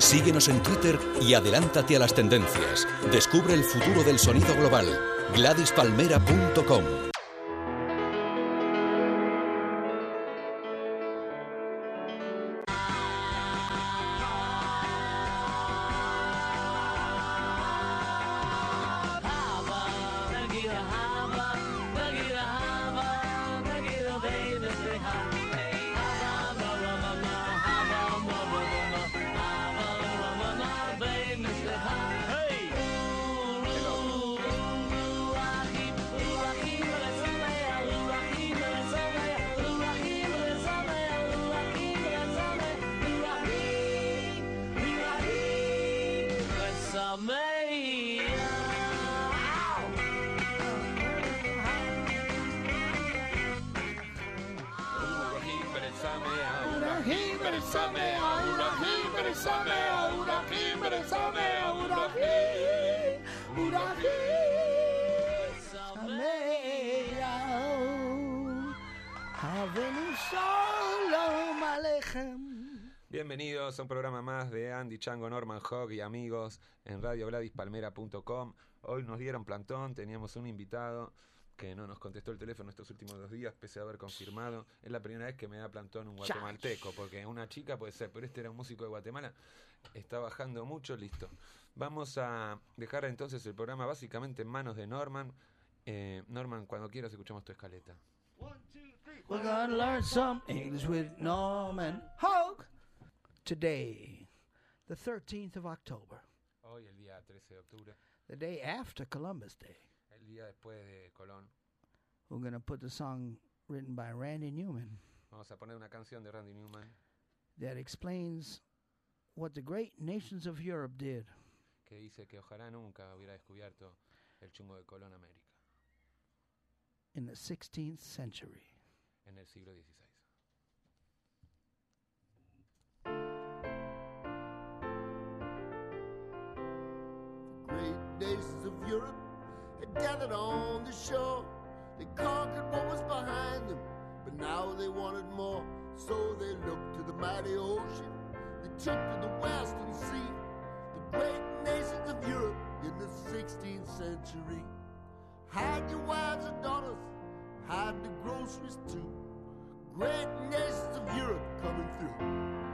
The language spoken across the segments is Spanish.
Síguenos en Twitter y adelántate a las tendencias. Descubre el futuro del sonido global. GladysPalmera.com. Bienvenidos a un programa más de Andy Chango, Norman Hogg y amigos en Radio GladysPalmera.com. Hoy nos dieron plantón, teníamos un invitado que no nos contestó el teléfono estos últimos 2 días, pese a haber confirmado. Es la primera vez que me da plantón un guatemalteco, porque una chica puede ser, pero este era un músico de Guatemala. Está bajando mucho, listo. Vamos a dejar entonces el programa básicamente en manos de Norman. Norman, cuando quieras escuchamos tu escaleta. 1, 2, 3. We're gonna learn some English with Norman Hogg. Today, the 13th of October. Hoy, el día 13 de octubre. The day after Columbus Day. El día después de Colón. We're going to put the song written by Randy Newman. Vamos a poner una canción de Randy Newman. That explains what the great nations of Europe did. Que dice que ojalá nunca hubiera descubierto el chungo de Colón América. In the 16th century. En el siglo XVI. Great nations of Europe had gathered on the shore. They conquered what was behind them, but now they wanted more. So they looked to the mighty ocean. They took to the western sea. The great nations of Europe in the 16th century. Hide your wives and daughters, hide the groceries too. Great nations of Europe coming through.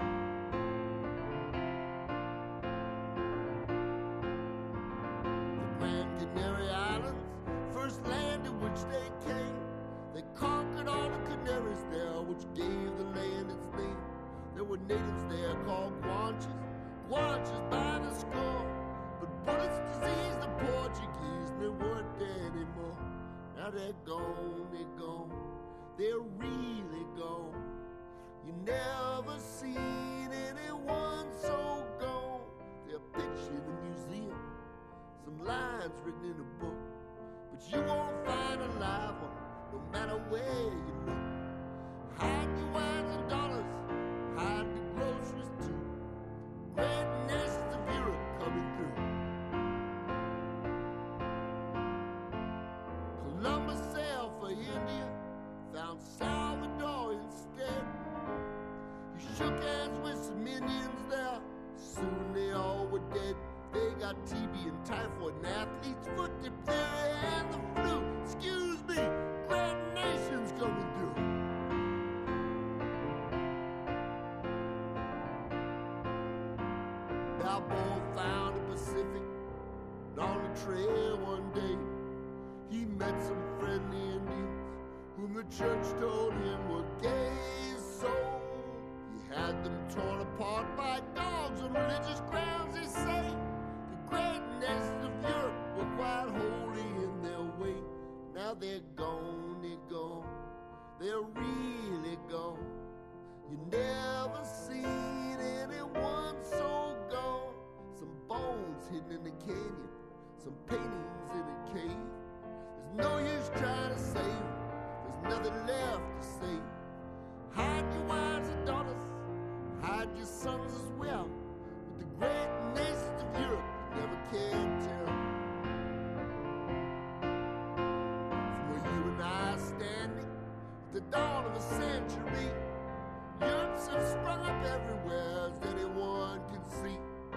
Natives there called Guanches by the score. But bullets diseased the Portuguese, and they weren't there anymore. Now they're gone, they're really gone. You never seen anyone so gone. They're pictured in a museum, some lines written in a book, but you won't find a live one, no matter where you look. Hide your wives and daughters, hide the groceries too. Great nations of Europe coming through. Columbus sailed for India, found Salvador instead. He shook hands with some Indians there, soon they all were dead. They got TB and typhoid and athlete's foot diphtheria and the flu. Excuse me, great nations coming through. Balboa found the Pacific, and on the trail one day, he met some friendly Indians, whom the church told him were gay. So he had them torn apart by dogs on religious grounds, they say. The great nations of Europe were quite holy in their way. Now they're gone, they're really gone. You never seen anyone so gone. Some bones hidden in the canyon, some paintings in a cave. There's no use trying to save them, there's nothing left to say. Hide your wives and daughters, hide your sons as well. With the great nations of Europe, you never can tell. From where you and I are standing, at the dawn of a century, Europe's have sprung up everywhere, as anyone can see.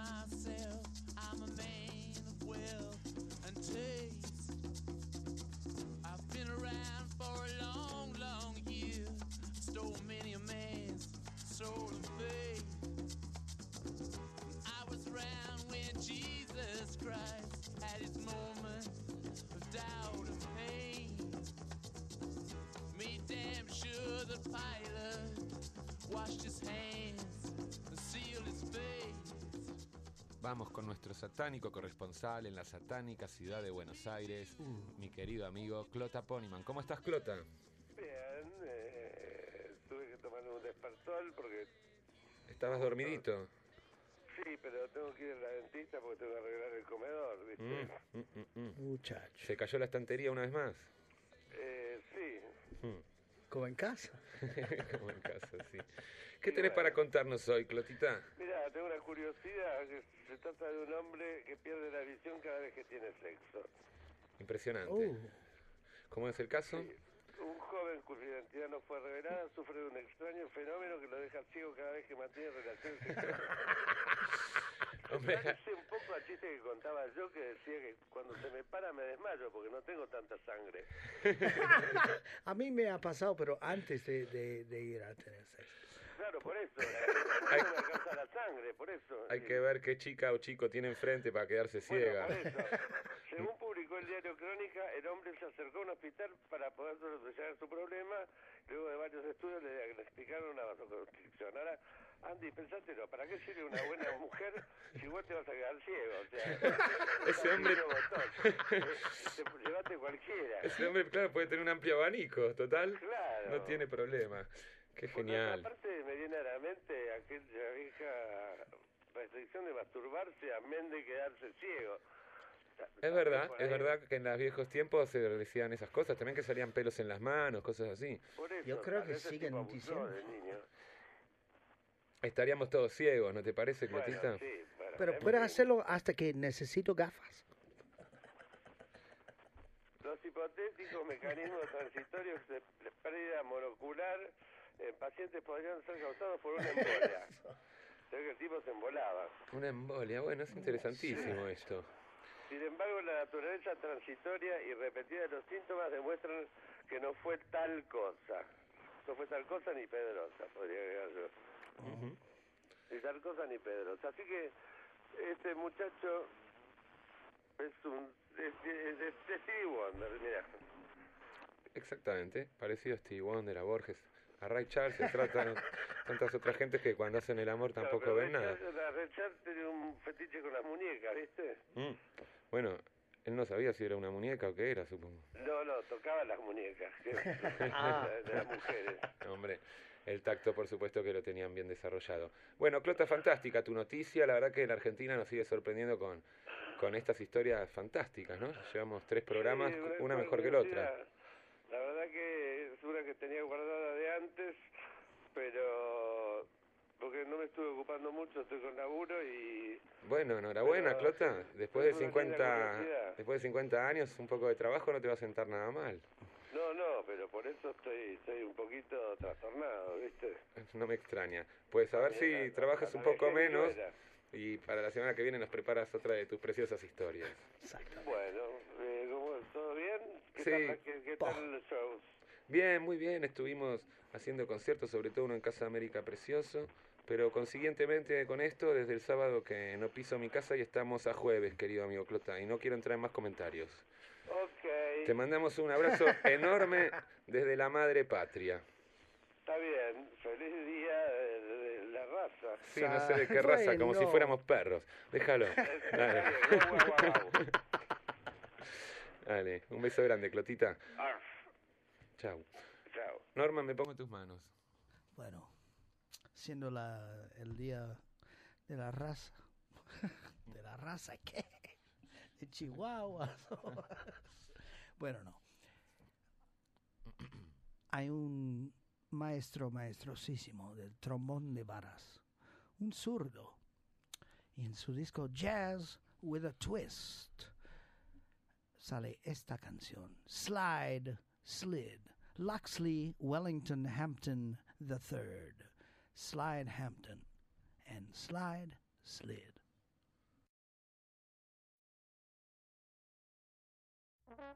myself, I'm a man of wealth and taste. I've been around for a long, long year, stole many a man's soul of faith. I was around when Jesus Christ had his moment of doubt and pain. Made damn sure the pilot washed his hands and sealed his face. Vamos con nuestro satánico corresponsal en la satánica ciudad de Buenos Aires, mi querido amigo Clota Poniman. ¿Cómo estás, Clota? Bien, tuve que tomar un despertol porque... ¿Estabas dormidito? Sí, pero tengo que ir a la dentista porque tengo que arreglar el comedor, ¿viste? Muchacho. ¿Se cayó la estantería una vez más? Sí. Como en casa. Como en casa, sí. ¿Qué tenés para contarnos hoy, Clotita? Mira, tengo una curiosidad, que se trata de un hombre que pierde la visión cada vez que tiene sexo. Impresionante. ¿Cómo es el caso? Sí. Un joven cuya identidad no fue revelada sufre de un extraño fenómeno que lo deja ciego cada vez que mantiene relaciones sexuales. Hombre, Parece un poco al chiste que contaba yo, que decía que cuando se me para me desmayo porque no tengo tanta sangre. A mí me ha pasado, pero antes de ir a tener sexo. Claro, por eso. No me alcanza la sangre, por eso. hay que ver qué chica o chico tiene enfrente para quedarse ciega. Bueno, por eso. Según publicó el diario Crónica, el hombre se acercó a un hospital para poder solucionar su problema. Luego de varios estudios le diagnosticaron una vasoconstricción. Ahora, Andy, pensátelo, ¿para qué sirve una buena mujer si vos te vas a quedar ciego? O sea, Ese hombre... Llévate cualquiera. Ese hombre, claro, puede tener un amplio abanico, total. Claro. No tiene problema. Qué Por genial. otra parte, me viene a la mente aquella vieja restricción de masturbarse amén de quedarse ciego. Es verdad que en los viejos tiempos se decían esas cosas, también que salían pelos en las manos, cosas así. Por eso, Yo creo que ese siguen tipo abusó diciendo. de niño. Estaríamos todos ciegos, ¿no te parece, Clotita? Bueno, sí, bueno, Pero en puedes fin. hacerlo hasta que necesito gafas. Los hipotéticos mecanismos transitorios de pérdida monocular en pacientes podrían ser causados por una embolia. Se ve que el tipo se embolaba. Una embolia, bueno, es interesantísimo esto. Sin embargo, la naturaleza transitoria y repetida de los síntomas demuestran que no fue tal cosa. No fue tal cosa ni Pedrosa, podría agregar yo. Ni tal cosa ni Pedrosa. Así que este muchacho es Stevie Wonder, mirá. Exactamente, parecido a Stevie Wonder, a Borges, a Ray Charles, se tratan tantas otras gentes que cuando hacen el amor tampoco ven nada. Ray Charles tenía un fetiche con las muñecas, ¿viste? Bueno, él no sabía si era una muñeca o qué era, supongo. No, tocaba las muñecas, de las mujeres. Hombre, el tacto por supuesto que lo tenían bien desarrollado. Bueno, Clota, fantástica tu noticia, la verdad que en Argentina nos sigue sorprendiendo con estas historias fantásticas, ¿no? Llevamos 3 programas, Sí, una mejor que la otra. La verdad que es una que tenía guardada de antes, pero porque no me estuve ocupando mucho, estoy con laburo y... Bueno, enhorabuena, Pero, Clota. Después de es una linda curiosidad. 50 años, un poco de trabajo no te va a sentar nada mal. No, pero por eso estoy un poquito trastornado, ¿viste? No me extraña. Pues a ver si trabajas un poco menos y para la semana que viene nos preparas otra de tus preciosas historias. Bueno, ¿todo bien? Sí. ¿Qué tal los shows? Bien, muy bien. Estuvimos haciendo conciertos, sobre todo uno en Casa América precioso. Pero consiguientemente con esto, desde el sábado que no piso mi casa y estamos a jueves, querido amigo Clota. Y no quiero entrar en más comentarios. Ok. Te mandamos un abrazo enorme desde la madre patria. Está bien. Feliz día de la raza. Sí, no sé de qué raza, como si fuéramos perros. Déjalo. Dale. Guau. Dale, un beso grande, Clotita. Arf. Chau. Chao. Norma, me pongo en tus manos. Bueno, siendo el día de la raza. ¿De la raza qué? De Chihuahua. Bueno, no. Hay un maestrosísimo del trombón de varas, un zurdo, y en su disco Jazz with a Twist sale esta canción, Slide, Slid, Loxley Wellington Hampton III, Slide Hampton, and Slide, Slid.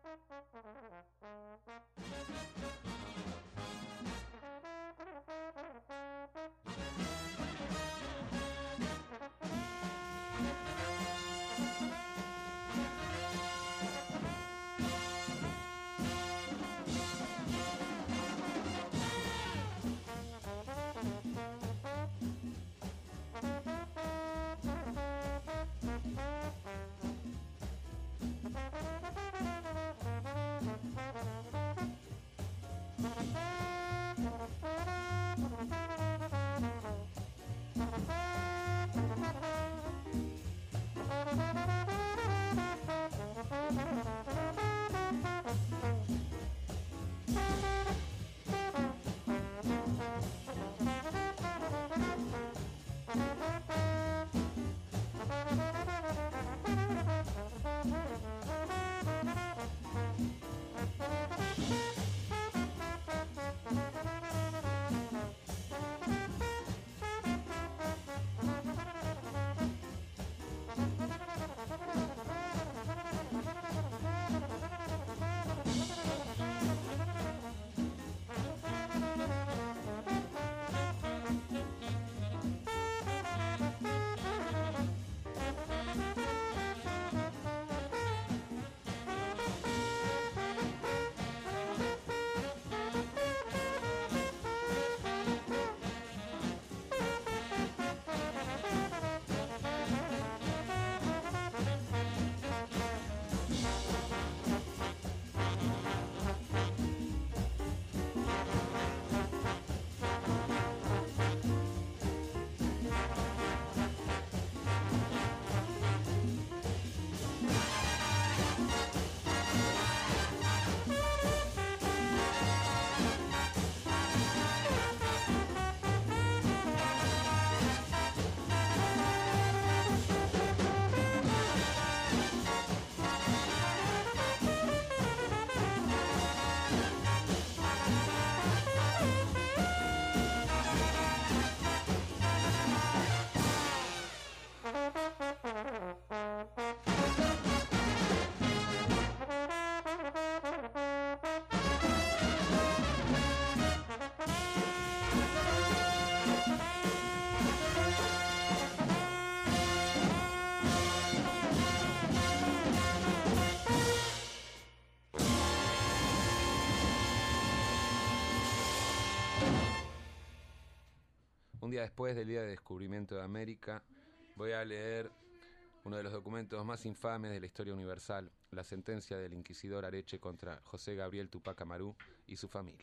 Un día después del día de descubrimiento de América, voy a leer uno de los documentos más infames de la historia universal, la sentencia del inquisidor Areche contra José Gabriel Tupac Amaru y su familia.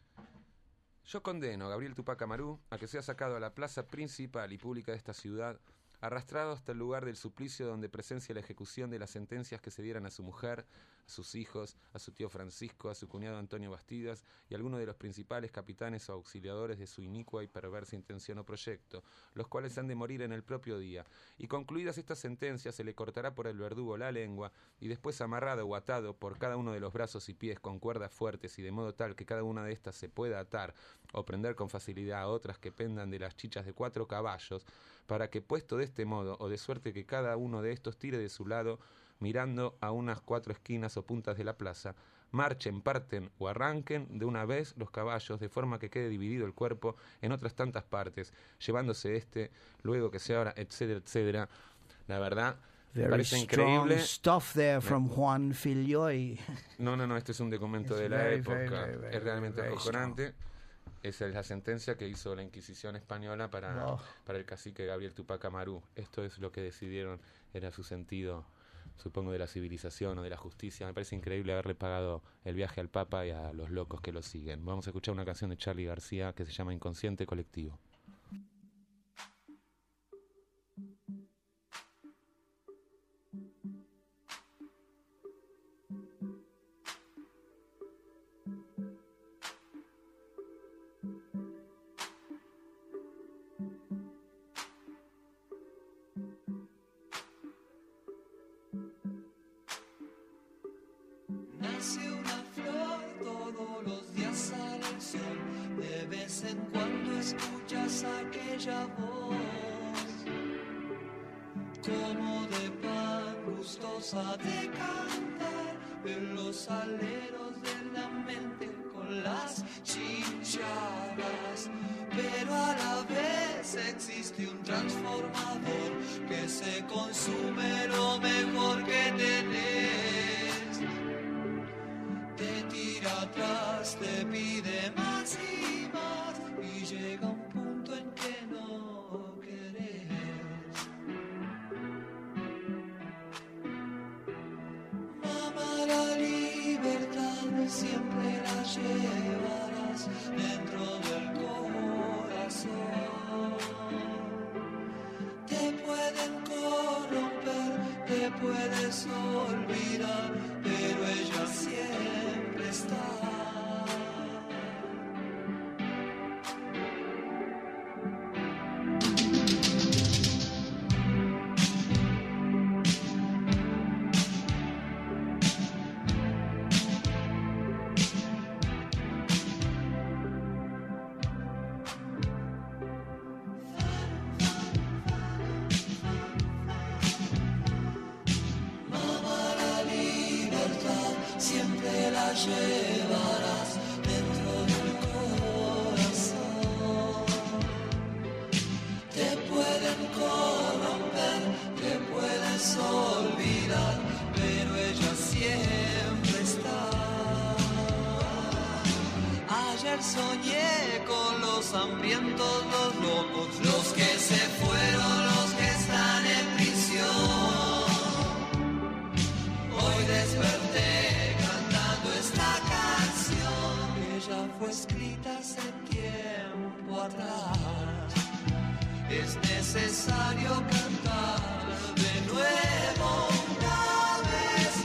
Yo condeno a Gabriel Tupac Amaru a que sea sacado a la plaza principal y pública de esta ciudad, arrastrado hasta el lugar del suplicio donde presencia la ejecución de las sentencias que se dieran a su mujer, a sus hijos, a su tío Francisco, a su cuñado Antonio Bastidas y a algunos de los principales capitanes o auxiliadores de su inicua y perversa intención o proyecto, los cuales han de morir en el propio día. Y concluidas estas sentencias se le cortará por el verdugo la lengua y después amarrado o atado por cada uno de los brazos y pies con cuerdas fuertes y de modo tal que cada una de estas se pueda atar o prender con facilidad a otras que pendan de las chichas de 4 caballos, para que puesto de este modo, o de suerte que cada uno de estos tire de su lado, mirando a unas 4 esquinas o puntas de la plaza, marchen, parten o arranquen de una vez los caballos, de forma que quede dividido el cuerpo en otras tantas partes, llevándose luego que se abra, etcétera, etcétera. La verdad, me Very parece strong increíble. stuff there from Juan Filioy. No, este es un documento It's de la very, época, very, es realmente very acojonante. Esa es la sentencia que hizo la Inquisición española para el cacique Gabriel Tupac Amaru. Esto es lo que decidieron, era su sentido, supongo, de la civilización o de la justicia. Me parece increíble haberle pagado el viaje al Papa y a los locos que lo siguen. Vamos a escuchar una canción de Charly García que se llama Inconsciente Colectivo. Nace una flor, todos los días sale el sol, de vez en cuando escuchas aquella voz, como de pan gustosa de cantar, en los aleros de la mente con las chinchadas. Pero a la vez existe un transformador que se consume lo mejor que tenés. Te tira atrás, te pide más y más y llega un punto en que no querés. Mamá, la libertad siempre la llevarás dentro del corazón. Te pueden corromper, te puedes olvidar, pero ella siempre está. Llevarás dentro del corazón. Te pueden corromper, te puedes olvidar, pero ella siempre está. Ayer soñé con los hambrientos, los locos, los que se fueron, los que están en prisión. Hoy desperté esta canción, ella fue escrita hace tiempo atrás. Es necesario cantar de nuevo una vez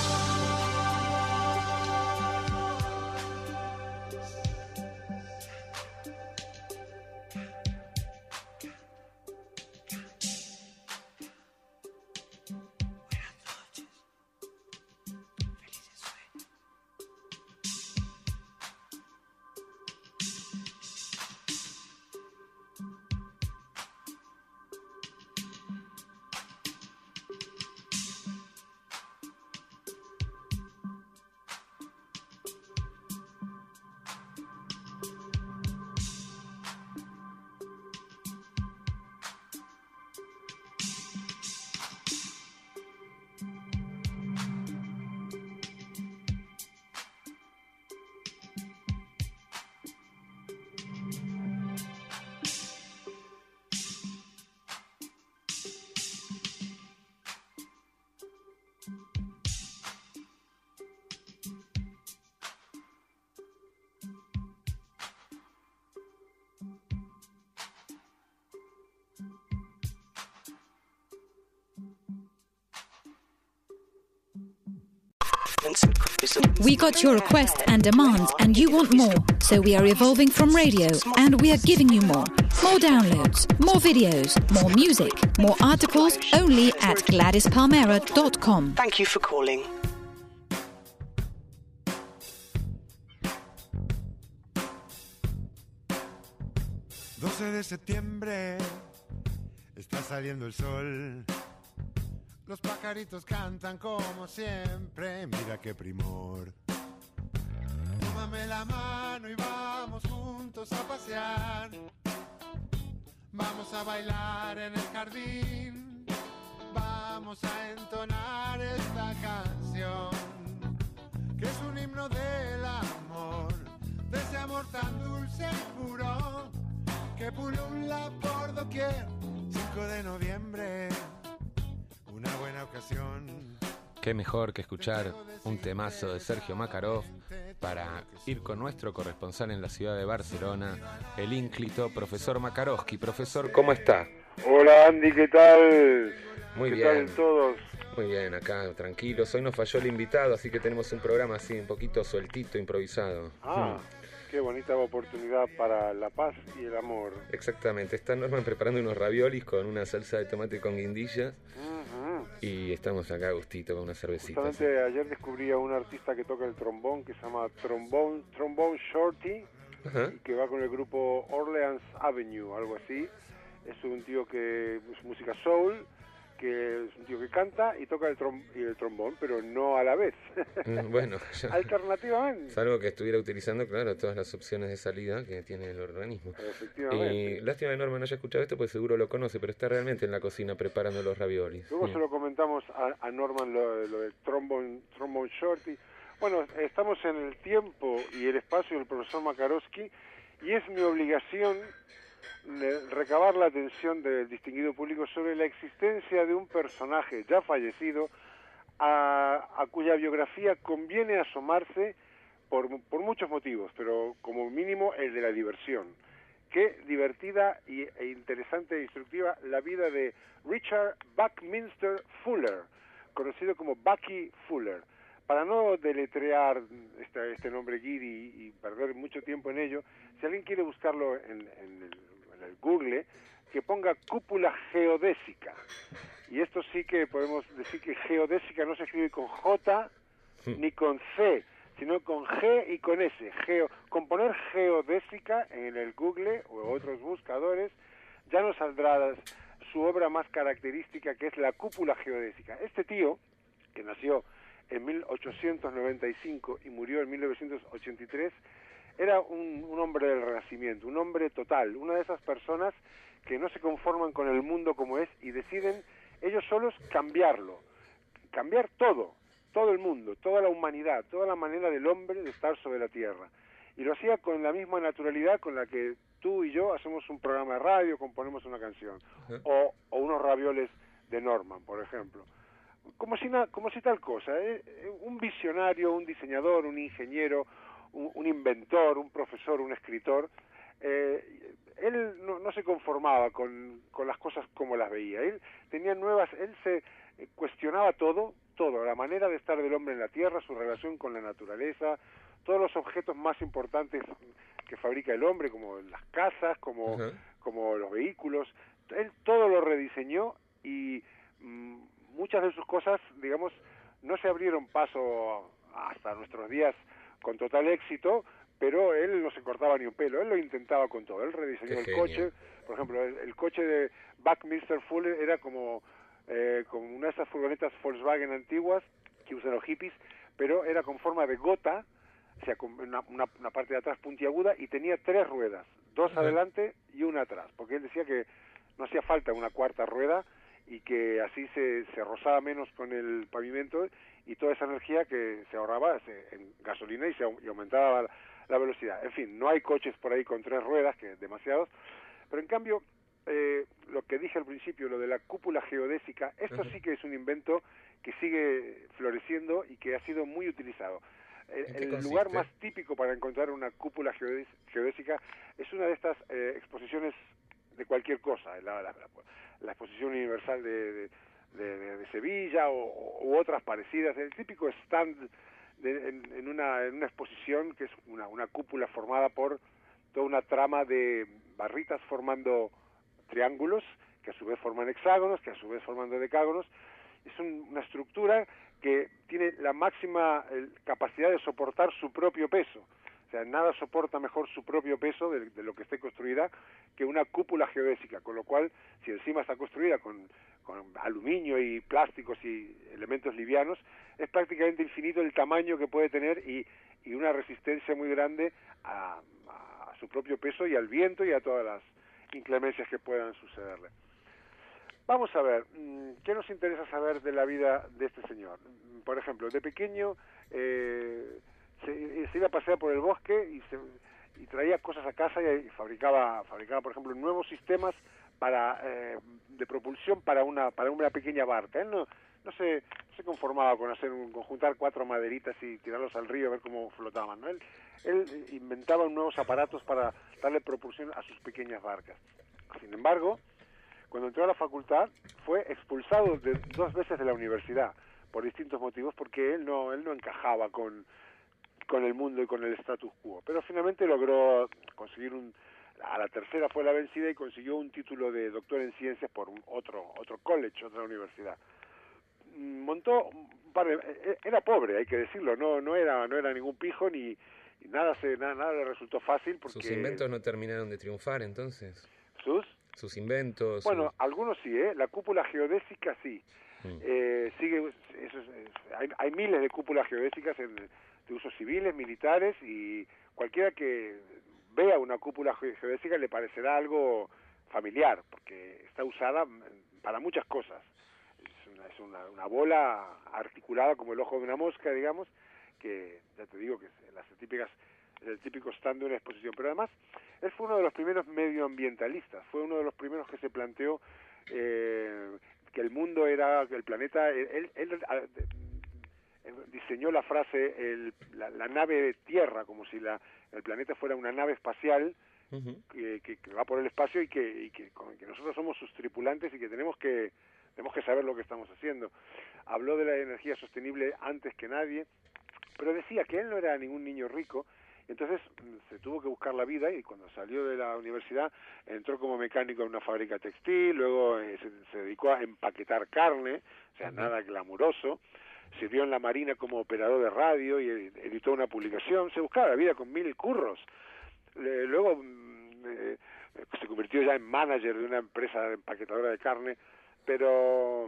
We got your request and demands, and you want more. So we are evolving from radio, and we are giving you more. More downloads, more videos, more music, more articles, only at GladysPalmera.com. Thank you for calling. De septiembre está saliendo el sol, los pajaritos cantan como siempre, mira qué primor. Tómame la mano y vamos juntos a pasear, vamos a bailar en el jardín, vamos a entonar esta canción, que es un himno del amor, de ese amor tan dulce y puro, que pulula por doquier. 5 de noviembre, una buena ocasión. Qué mejor que escuchar un temazo de Sergio Makarov para ir con nuestro corresponsal en la ciudad de Barcelona, el ínclito profesor Makarovsky. Profesor, ¿cómo está? Hola Andy, ¿qué tal? Muy ¿Qué bien. tal todos? Muy bien, acá tranquilos. Hoy nos falló el invitado, así que tenemos un programa así un poquito sueltito, improvisado. Qué bonita oportunidad para la paz y el amor. Exactamente, está Norman preparando unos raviolis con una salsa de tomate con guindillas. Y estamos acá a gustito con una cervecita. Justamente ayer descubrí a un artista que toca el trombón, que se llama Trombone Shorty, y que va con el grupo Orleans Avenue, algo así. Es un tío que es música soul, que es un tío que canta y toca el trombón, pero no a la vez. Bueno, alternativamente. Salvo que estuviera utilizando, claro, todas las opciones de salida que tiene el organismo. Efectivamente. Y lástima que Norma no haya escuchado esto, pues seguro lo conoce, pero está realmente en la cocina preparando los raviolis. Luego se lo comentamos a Norman lo del trombone shorty. Bueno, estamos en el tiempo y el espacio del profesor Makarowski y es mi obligación recabar la atención del distinguido público sobre la existencia de un personaje ya fallecido a cuya biografía conviene asomarse por muchos motivos, pero como mínimo el de la diversión. Qué divertida e interesante e instructiva la vida de Richard Buckminster Fuller, conocido como Bucky Fuller. Para no deletrear este nombre guiri y perder mucho tiempo en ello, si alguien quiere buscarlo en el Google, que ponga cúpula geodésica. Y esto sí que podemos decir que geodésica no se escribe con J ni con C, sino con G y con S. Con poner geodésica en el Google o otros buscadores, ya nos saldrá su obra más característica, que es la cúpula geodésica. Este tío, que nació en 1895 y murió en 1983, era un hombre del Renacimiento, un hombre total, una de esas personas que no se conforman con el mundo como es y deciden ellos solos cambiarlo, cambiar todo el mundo, toda la humanidad, toda la manera del hombre de estar sobre la tierra. Y lo hacía con la misma naturalidad con la que tú y yo hacemos un programa de radio, componemos una canción, o unos ravioles de Norman, por ejemplo. Como si tal cosa, un visionario, un diseñador, un ingeniero, un inventor, un profesor, un escritor, él no se conformaba con las cosas como las veía. Él se cuestionaba todo, la manera de estar del hombre en la tierra, su relación con la naturaleza, todos los objetos más importantes que fabrica el hombre, como las casas, como los vehículos. Él todo lo rediseñó y muchas de sus cosas, digamos, no se abrieron paso hasta nuestros días con total éxito, pero él no se cortaba ni un pelo, él lo intentaba con todo. Él rediseñó el coche, por ejemplo, el coche de Buckminster Fuller era como una de esas furgonetas Volkswagen antiguas que usan los hippies, pero era con forma de gota, o sea, con una parte de atrás puntiaguda, y tenía 3 ruedas, 2 adelante y una atrás, porque él decía que no hacía falta una cuarta rueda y que así se rozaba menos con el pavimento y toda esa energía que se ahorraba en gasolina y aumentaba la velocidad. En fin, no hay coches por ahí con 3 ruedas, que demasiados, pero en cambio lo que dije al principio, lo de la cúpula geodésica, esto sí que es un invento que sigue floreciendo y que ha sido muy utilizado. El lugar más típico para encontrar una cúpula geodésica es una de estas exposiciones de cualquier cosa, la exposición universal de Sevilla u otras parecidas, el típico stand en una exposición que es una cúpula formada por toda una trama de barritas formando triángulos, que a su vez forman hexágonos, que a su vez forman decágonos. Es una estructura que tiene la máxima capacidad de soportar su propio peso. O sea, nada soporta mejor su propio peso de lo que esté construida que una cúpula geodésica, con lo cual, si encima está construida con aluminio y plásticos y elementos livianos, es prácticamente infinito el tamaño que puede tener y una resistencia muy grande a su propio peso y al viento y a todas las inclemencias que puedan sucederle. Vamos a ver, ¿qué nos interesa saber de la vida de este señor? Por ejemplo, de pequeño se iba a pasear por el bosque y traía cosas a casa y fabricaba, por ejemplo, nuevos sistemas de propulsión para una pequeña barca. Él no se conformaba con juntar 4 maderitas y tirarlos al río a ver cómo flotaban, ¿no? Él inventaba nuevos aparatos para darle propulsión a sus pequeñas barcas. Sin embargo, cuando entró a la facultad fue expulsado 2 veces de la universidad por distintos motivos, porque él no encajaba con el mundo y con el status quo. Pero finalmente logró conseguir a la tercera fue la vencida y consiguió un título de doctor en ciencias por otro college, otra universidad. Montó era pobre, hay que decirlo, no era ningún pijo ni nada le resultó fácil, porque sus inventos no terminaron de triunfar entonces. sus inventos. Bueno, algunos sí, la cúpula geodésica sí. Sigue, hay miles de cúpulas geodésicas de usos civiles, militares, y cualquiera que vea una cúpula geodésica le parecerá algo familiar, porque está usada para muchas cosas. Es una bola articulada como el ojo de una mosca, digamos, que ya te digo que es el típico stand de una exposición. Pero además, él fue uno de los primeros medioambientalistas, fue uno de los primeros que se planteó que el mundo era, que el planeta, él diseñó la frase la nave Tierra, como si el planeta fuera una nave espacial que va por el espacio y que nosotros somos sus tripulantes y que tenemos que saber lo que estamos haciendo. Habló de la energía sostenible antes que nadie, pero decía que él no era ningún niño rico. Entonces se tuvo que buscar la vida y cuando salió de la universidad entró como mecánico en una fábrica textil, luego se dedicó a empaquetar carne, o sea, nada glamuroso, sirvió en la Marina como operador de radio y editó una publicación, se buscaba la vida con 1000 curros. Luego se convirtió ya en manager de una empresa empaquetadora de carne, pero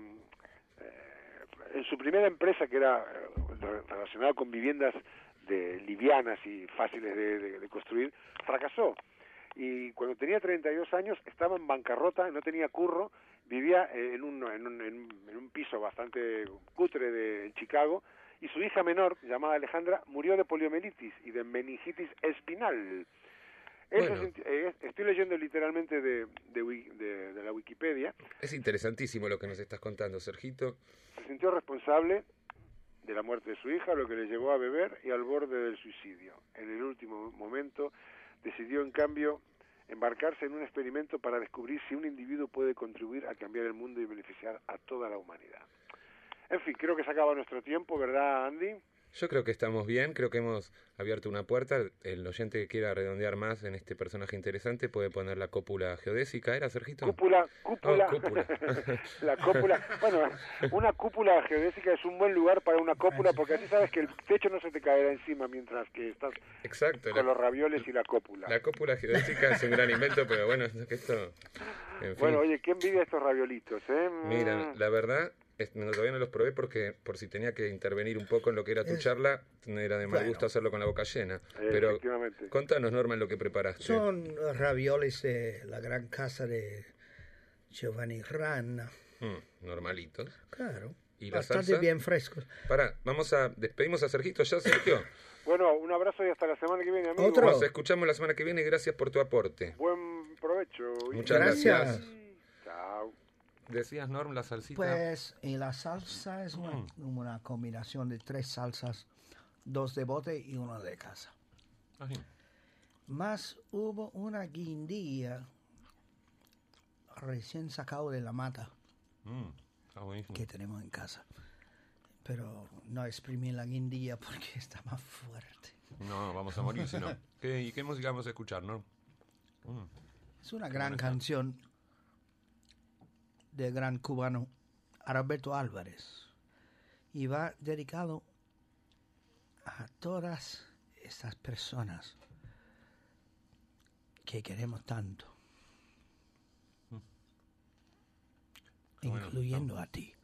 en su primera empresa, que era relacionada con viviendas livianas y fáciles de construir, fracasó. Y cuando tenía 32 años estaba en bancarrota, no tenía curro, vivía en un piso bastante cutre de Chicago, y su hija menor, llamada Alejandra, murió de poliomielitis y de meningitis espinal. Bueno, estoy leyendo literalmente de la Wikipedia. Es interesantísimo lo que nos estás contando, Sergito. Se sintió responsable de la muerte de su hija, lo que le llevó a beber y al borde del suicidio. En el último momento decidió, en cambio, embarcarse en un experimento para descubrir si un individuo puede contribuir a cambiar el mundo y beneficiar a toda la humanidad. En fin, creo que se acaba nuestro tiempo, ¿verdad, Andy? Yo creo que estamos bien, creo que hemos abierto una puerta. El oyente que quiera redondear más en este personaje interesante puede poner la cúpula geodésica. ¿Era, Sergito? Cúpula. Cúpula. La cúpula. Bueno, una cúpula geodésica es un buen lugar para una cópula, porque así sabes que el techo no se te caerá encima mientras que estás con los ravioles y la cópula. La cúpula geodésica es un gran invento, pero bueno, esto... En fin. Bueno, oye, ¿quién vive estos raviolitos, Mira, la verdad... todavía no los probé porque por si tenía que intervenir un poco en lo que era tu charla, era de mal gusto hacerlo con la boca llena. Pero contanos, Norma, lo que preparaste. Son ravioles de la gran casa de Giovanni Ranna. Normalitos. Claro. ¿Y la bastante salsa? Bien frescos. Despedimos a Sergito ya, Sergio. Bueno, un abrazo y hasta la semana que viene, amigo. Nos escuchamos la semana que viene y gracias por tu aporte. Buen provecho. Muchas gracias. Chao. Decías, Norm, la salsita. Pues la salsa es una combinación de 3 salsas, 2 de bote y 1 de casa. Más hubo una guindilla recién sacado de la mata que tenemos en casa. Pero no exprimí la guindilla porque está más fuerte. No, vamos a morir si no. ¿Y qué música vamos a escuchar, no? Es una gran canción del gran cubano Alberto Álvarez y va dedicado a todas estas personas que queremos tanto, incluyendo a ti.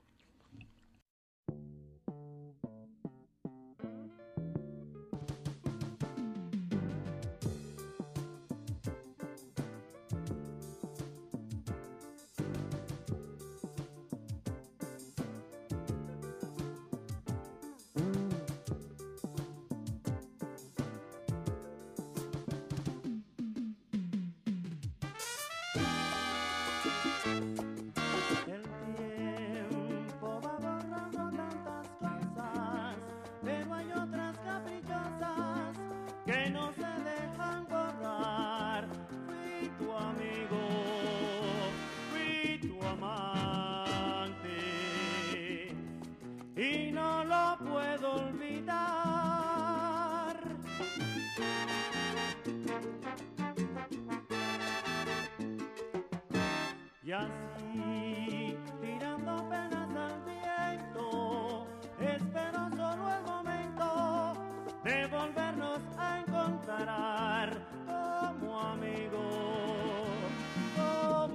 Y así, tirando penas al viento, espero solo el momento de volvernos a encontrar como amigos.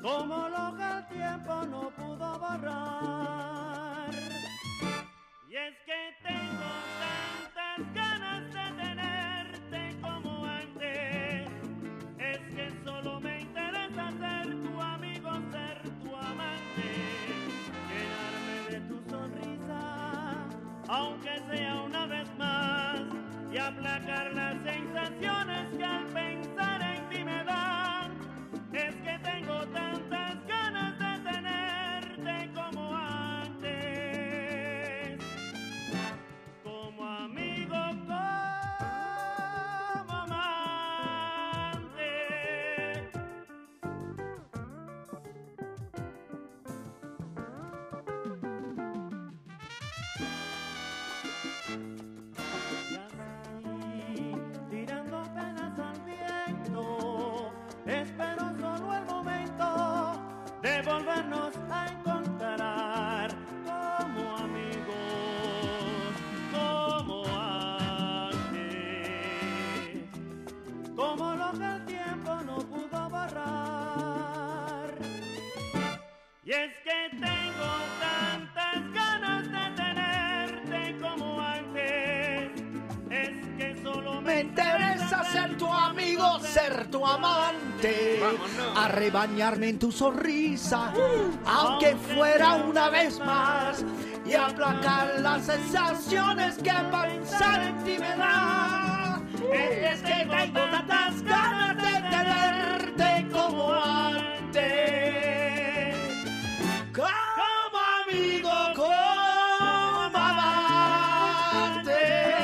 como lo que el tiempo no pudo borrar. Y es que tengo tantas ganas de tenerte como antes, es que solo me interesa ser tu amigo, ser tu amante, llenarme de tu sonrisa, aunque sea una vez más, y aplacar las sensaciones que al pensar en ti me dan. Es que tengo tantas ganas de tenerte como antes, como amigo, como amante. Y así, tirando penas al viento, espero solo el momento de volvernos a encontrar como amigos, como antes, como lo que el tiempo no pudo borrar. Y es que tengo tantas ganas de tenerte como antes, es que solo Me interesa ser tu amigo, ser tu amante, arrebañarme en tu sonrisa, aunque fuera una vez más, y aplacar las sensaciones que pensar en ti me da. Es que tengo tantas ganas de tenerte como antes, como amigo, como amante.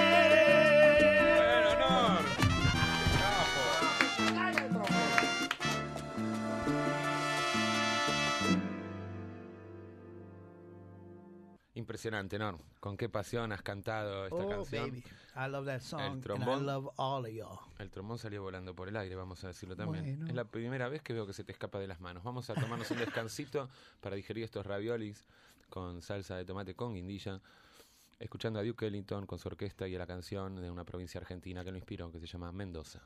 Impresionante, ¿no? Con qué pasión has cantado esta Oh, canción. baby, I love that song, El and I trombón, love all of y'all. el trombón salió volando por el aire, vamos a decirlo también. Bueno. Es la primera vez que veo que se te escapa de las manos. Vamos a tomarnos un descansito para digerir estos raviolis con salsa de tomate con guindilla, escuchando a Duke Ellington con su orquesta y a la canción de una provincia argentina que lo inspiró, que se llama Mendoza.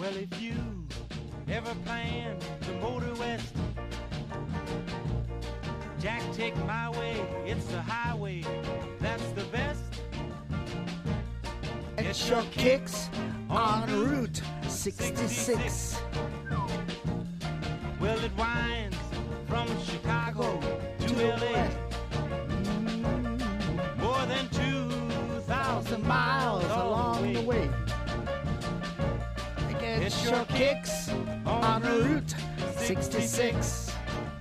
Well, if you ever plan to motor west, Jack, take my way, it's the highway, that's the best. It sure kicks on Route 66. Well, it winds from Chicago to LA. More than 2,000 miles along the way. It sure kicks on Route 66.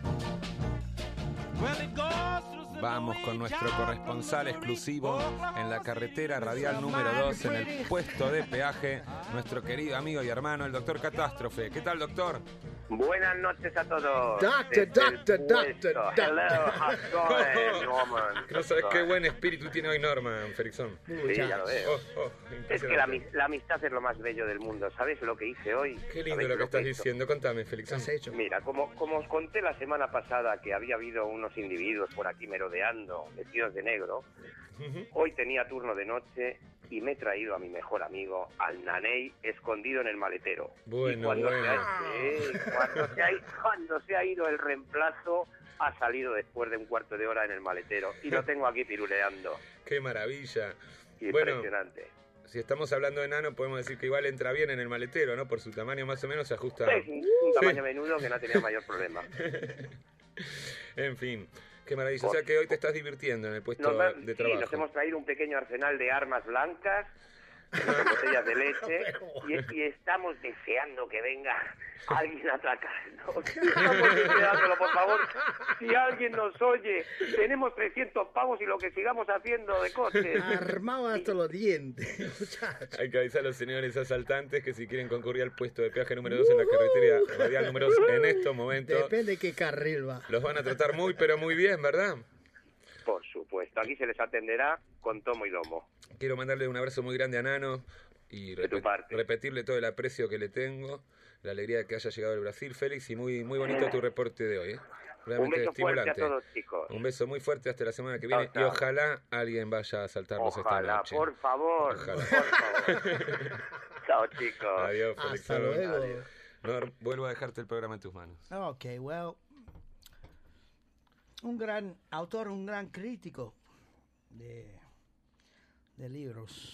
Well, it goes through some Vamos con nuestro corresponsal exclusivo en la carretera radial número 2, en el puesto de peaje, nuestro querido amigo y hermano, el doctor Catástrofe. ¿Qué tal, doctor? Buenas noches a todos. Doctor. Hello, how's it going, Norman? No sabes qué buen espíritu tiene hoy Norman, Felixson. Sí, ya lo veo. Es que Impresionante. la amistad es lo más bello del mundo. ¿Sabes lo que hice hoy? Qué lindo ¿Sabéis lo que estás he hecho? diciendo. Contame, Felixson. Mira, como os conté la semana pasada que había habido unos individuos por aquí merodeando, vestidos de negro, hoy tenía turno de noche y me he traído a mi mejor amigo, al Naney, escondido en el maletero. Bueno, Y cuando bueno. cuando se ha ido el reemplazo, ha salido después de un cuarto de hora en el maletero. Y lo tengo aquí piruleando. Qué maravilla. Impresionante. Bueno, si estamos hablando de enano, podemos decir que igual entra bien en el maletero, ¿no? Por su tamaño más o menos se ajusta. Es un tamaño menudo que no tenía mayor problema. En fin, qué maravilla. O sea que hoy te estás divirtiendo en el puesto de trabajo. Sí, nos hemos traído un pequeño arsenal de armas blancas, unas botellas de leche, y estamos deseando que venga alguien a atracarnos. Estamos deseándolo, por favor. Si alguien nos oye, tenemos 300 pavos y lo que sigamos haciendo de coches. Armado hasta los dientes, muchachos. Hay que avisar a los señores asaltantes que si quieren concurrir al puesto de peaje número 2 en la carretera radial número 2 en estos momentos, Depende de qué carril va. los van a tratar muy, pero muy bien, ¿verdad? Por supuesto, aquí se les atenderá con tomo y lomo. Quiero mandarle un abrazo muy grande a Nano y De tu parte. repetirle todo el aprecio que le tengo, la alegría de que haya llegado al Brasil, Félix, y muy bonito tu reporte de hoy, ¿eh? Un Realmente beso fuerte a estimulante. todos, chicos. Un beso muy fuerte hasta la semana que viene Chao, y chao. ojalá alguien vaya a asaltarnos esta Ojalá, noche. por favor. Ojalá. Por favor. Chao, chicos. Adiós, Félix. Hasta luego. Adiós. Norm, vuelvo a dejarte el programa en tus manos. Ok, well, un gran autor, un gran crítico de libros.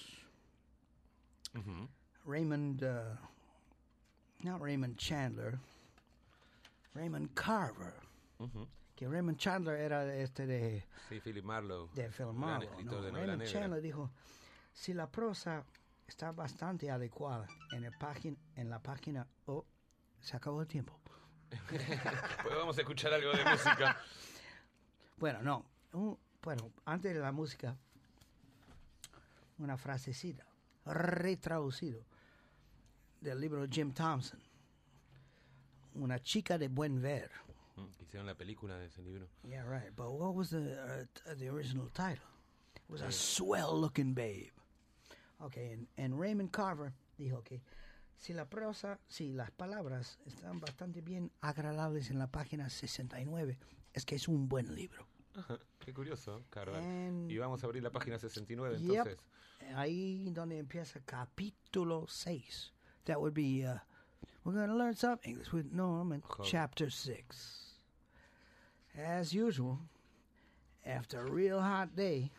Raymond, not Raymond Chandler, Raymond Carver. Que Raymond Chandler era de Sí, Philip Marlowe. de Philip gran Marlowe, escritor ¿no? de novela Raymond negra. Chandler dijo, si la prosa está bastante adecuada en la página, se acabó el tiempo. Pues vamos a escuchar algo de música. Bueno, no. Bueno, antes de la música, una frasecita, retraducido, del libro de Jim Thompson. Una chica de buen ver. Hicieron la película de ese libro. Yeah, right. But what was the original title? It was A Swell Looking Babe. Okay, and Raymond Carver dijo que si las palabras están bastante bien agradables en la página 69, es que es un buen libro. Ajá, qué curioso, Carver. And- Y vamos a abrir la página 69 Yep. entonces. Ahí donde empieza capítulo 6. That would be, we're going to learn some English with Norman, chapter 6. As usual, after a real hot day,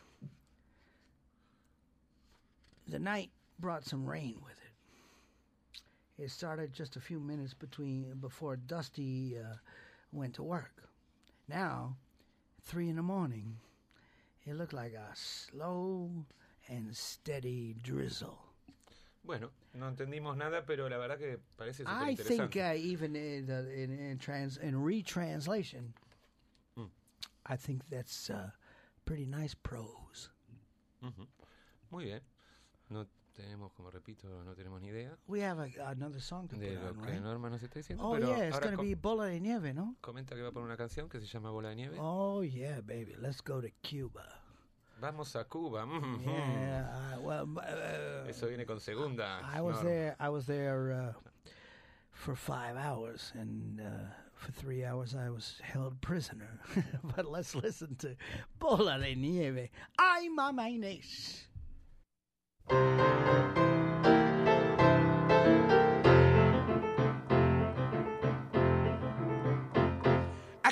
the night brought some rain with it. It started just a few minutes before Dusty went to work. Now, 3 a.m, it looked like a slow and steady drizzle. Bueno, no entendimos nada, pero la verdad que parece súper I think interesante. even in retranslation, I think that's pretty nice prose. Muy bien. No tenemos, como repito, no tenemos ni idea We have another song to de put lo on, que right? Norma nos está diciendo. Oh pero yeah, it's ahora going to be Bola de Nieve, no? comenta que va por una canción que se llama Bola de Nieve. Oh yeah, baby, let's go to Cuba. Vamos a Cuba. Yeah, Eso viene con segunda. I was Norm. there for 5 hours, and for 3 hours I was held prisoner. But let's listen to Bola de Nieve. Ay, Mama Inés.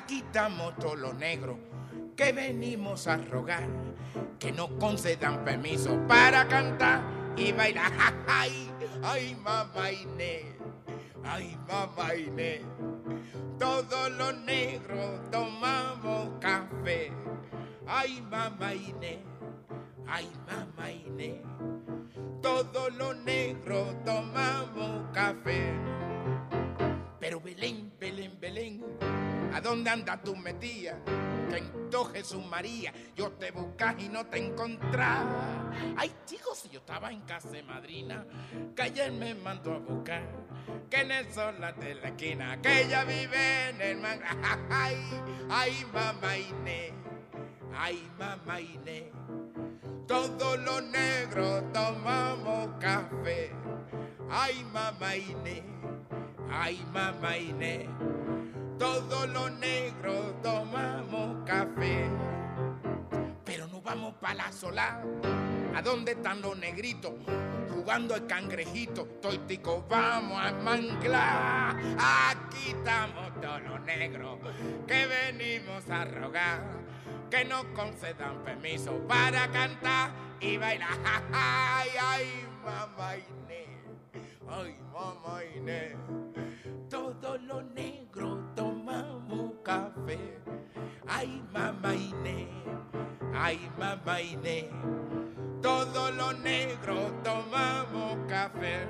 Aquí estamos todos los negros que venimos a rogar que nos concedan permiso para cantar y bailar. Ay, ay, mamá Inés, ay, mamá Inés. Todos los negros tomamos café. Ay, mamá Inés, ay, mamá Inés. Todos los negros tomamos café. Pero Belén, Belén, Belén, ¿a dónde andas tú metida? Que en todo Jesús María yo te buscas y no te encontraba. Ay, chicos, si yo estaba en casa de madrina, que ayer me mandó a buscar, que en el solar de la esquina, que ella vive en el manglar. Ay, ay, mamá Inés, ay, mamá Inés. Todos los negros tomamos café. Ay, mamá Inés, ay, mamá Inés. Todos los negros tomamos café. Pero nos vamos para la sola. ¿A dónde están los negritos? Jugando el cangrejito. Toitico, vamos a manglar. Aquí estamos todos los negros que venimos a rogar que nos concedan permiso para cantar y bailar. Ay, ay, mamá Inés, ay, mamá Inés. Todos los negros tomamos café. Ay, mamá Inés, ay, mamá Inés. Todos los negros tomamos café.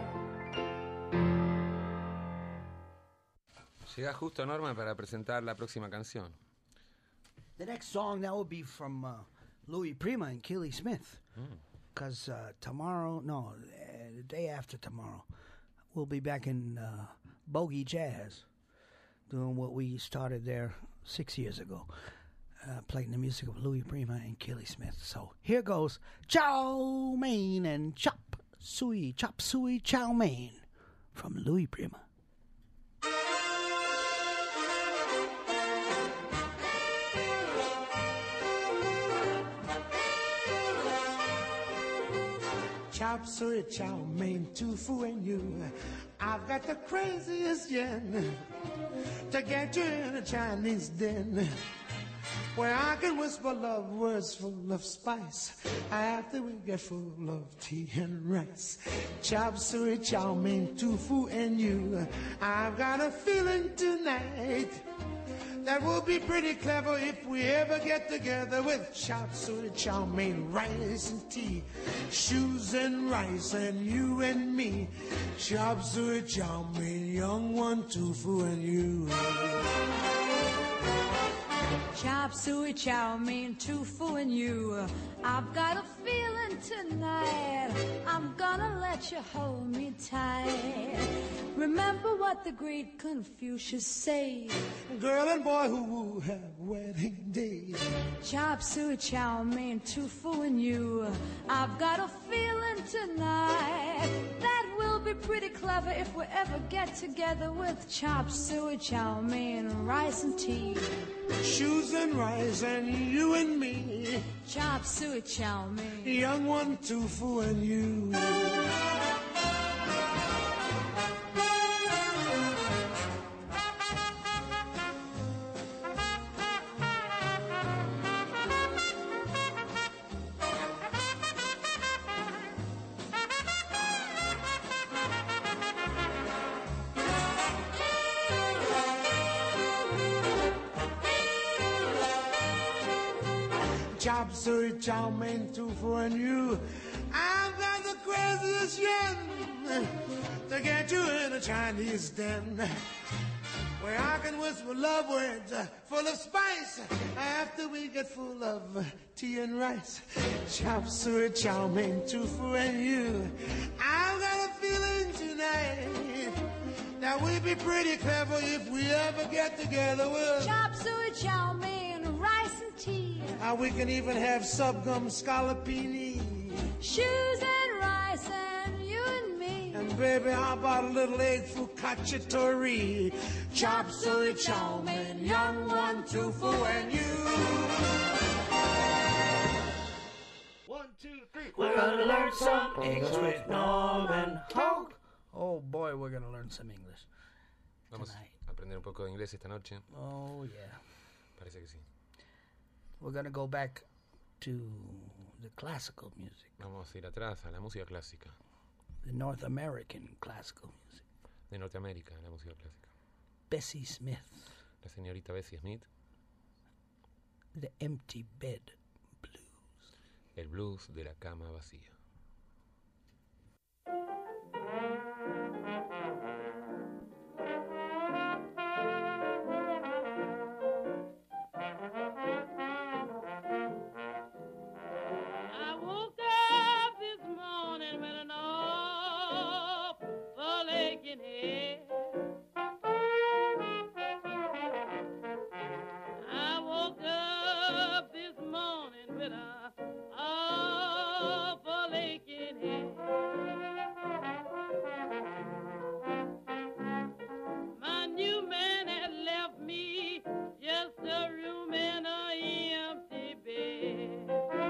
Llega justo, Norman, para presentar la próxima canción. The next song, that will be from Louis Prima and Keely Smith. Because tomorrow, the day after tomorrow, we'll be back in Bogey Jazz, doing what we started there 6 years ago, playing the music of Louis Prima and Keely Smith. So here goes Chow Mein and Chop Suey Chow Mein from Louis Prima. Chop suey chow mein, tofu and you. I've got the craziest yen to get you in a Chinese den where I can whisper love words full of spice after we get full of tea and rice. Chop suey chow mein, tofu and you. I've got a feeling tonight that will be pretty clever if we ever get together with chop suey chow mein, rice and tea, shoes and rice and you and me. Chop suey chow mein, young one, tofu and you. Chop suey chow mein, tofu and you. I've got a feeling tonight I'm gonna let you hold me tight. Remember what the great Confucius said, girl and boy who woo have wedding days. Chop suey chow mein, tofu and you. I've got a feeling tonight that we'll be pretty clever if we ever get together with chop suey chow mein, rice and tea, shoes and rice and you and me. Chop suey chow mein, young one, tofu and you. Chop suey chow mein, tofu and you. I've got the craziest yen to get you in a Chinese den where I can whisper love words full of spice after we get full of tea and rice. Chop suey chow mein, tofu and you. I've got a feeling tonight that we'd be pretty clever if we ever get together with chop suey chow mein, rice and tea. We can even have subgum scallopini, shoes and rice and you and me. And baby, how about a little egg focacciatore? Chop suey chow mein, young one, tofu and you. 1, 2, 3. We're gonna learn some English with Norman Hogg. Oh boy, we're gonna learn some English. Vamos a aprender un poco de inglés esta noche. Oh yeah. Parece que sí. We're going to go back to the classical music, Vamos a ir atrás a la música clásica. the North American classical music. De Norteamérica, la música clásica. Bessie Smith, La señorita Bessie Smith, The Empty Bed. el blues de la cama vacía. I woke up this morning with an awful aching head. I woke up this morning with an awful aching head. My new man had left me just a room in a empty bed.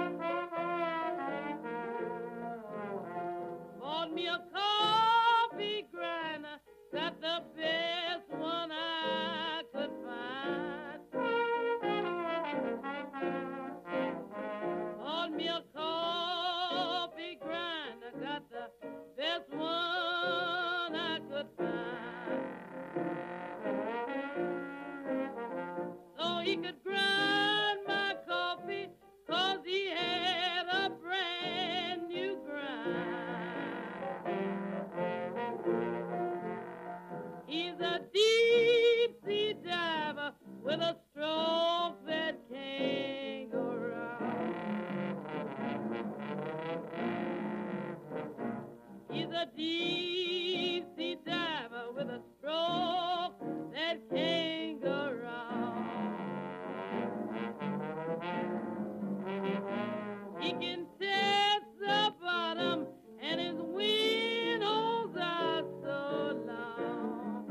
Bought me a coffee grinder, got the best one I could find. Bought me a coffee grinder, got the best one I could find. So he could grind my coffee, 'cause he had a brand new grind. He's a deep sea diver with a stroke that can't go wrong. He's a deep sea diver with a stroke that can't go wrong. He can test the bottom and his windows are so long.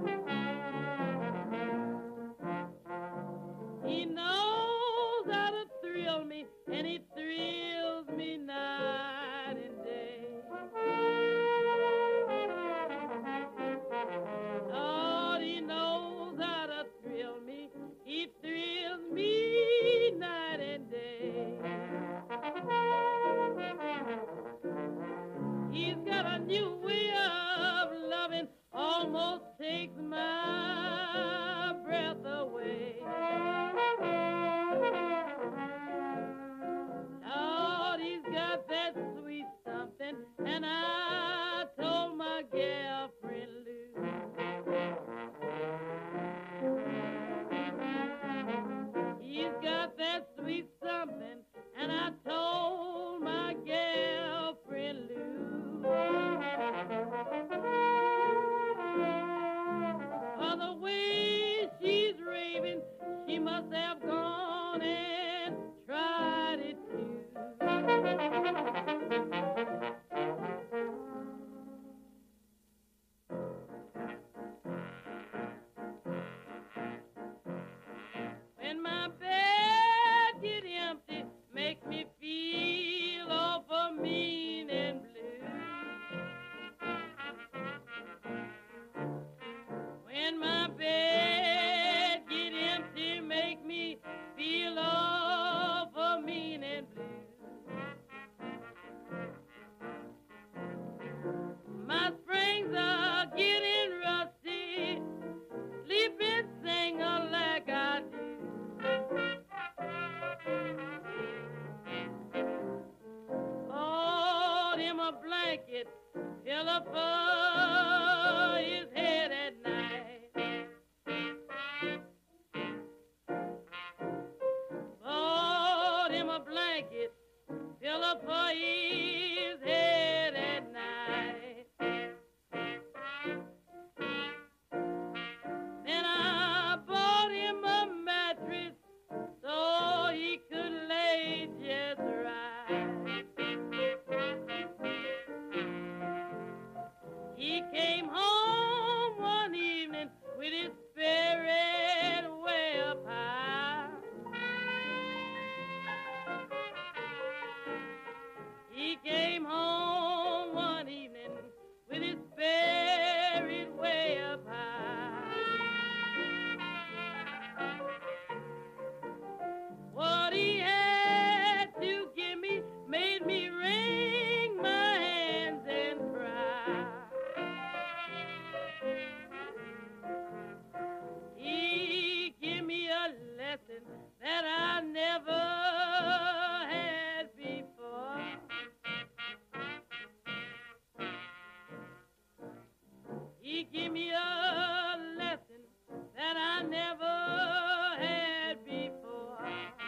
He knows how to thrill me and he thrills me night and day. Lord, he knows how to thrill me. He thrills me night and day. He's got a new way of loving, almost takes my breath away. Lord, he's got that sweet something, and I told my girlfriend Lou. He's got that sweet something, and I told my girlfriend Lou. For the way she's raving, she must have gone and tried it too. When my bed get empty, make me feel awful mean and blue. When my bed get empty, make me feel awful mean and blue. My springs are getting rusty, sleeping singer like I do. Bought him a blanket, pillow for his head at night. Bought him a blanket, pillow for his head at night. Then I bought him a mattress so he could lay just right. He came home one evening with his spirit way up high. He came home one evening with his spirit way up high. he give me a lesson that I never had before.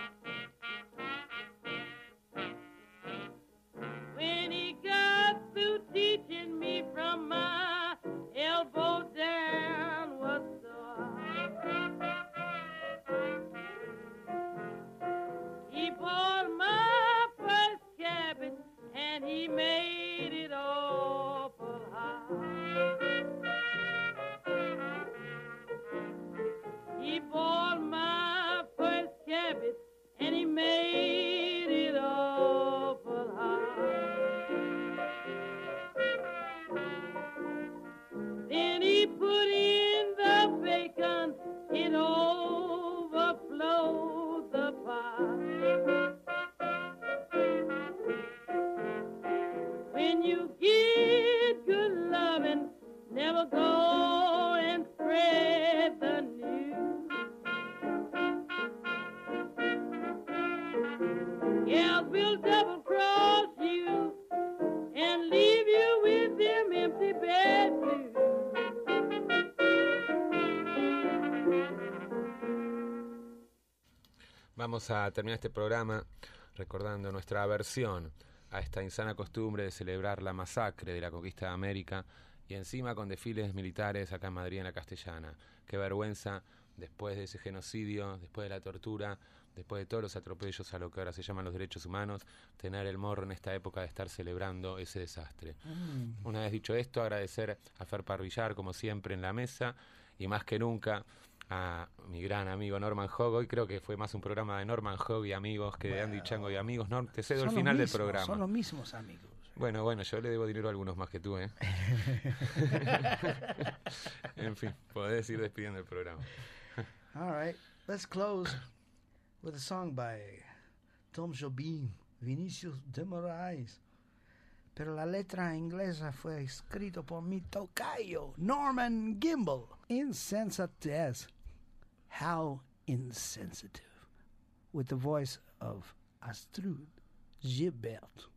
When he got through teaching me, from my elbow down was sore. He bought my first cabbage and he made it awful hard. He bought my first cabbage and he made it awful hard. Then he put in the bacon, it overflowed the pot. When you get good loving, never go and spread the news. Gals will double cross you and leave you with them empty bed blues. Vamos a terminar este programa recordando nuestra aversión a esta insana costumbre de celebrar la masacre de la conquista de América y encima con desfiles militares acá en Madrid, en la Castellana. Qué vergüenza, después de ese genocidio, después de la tortura, después de todos los atropellos a lo que ahora se llaman los derechos humanos, tener el morro en esta época de estar celebrando ese desastre. Una vez dicho esto, agradecer a Fer Parvillar, como siempre, en la mesa, y más que nunca a mi gran amigo Norman Hogg. Hoy creo que fue más un programa de Norman Hogg y amigos que de Andy Chango y amigos. No, te cedo el final del programa. Son los mismos amigos. Bueno, yo le debo dinero a algunos más que tú, ¿eh? En fin, podés ir despidiendo el programa. All right, let's close with a song by Tom Jobim, Vinicius de Moraes. Pero la letra inglesa fue escrito por mi tocayo, Norman Gimbel. Insensatez. How insensitive. With the voice of Astrud Gilberto.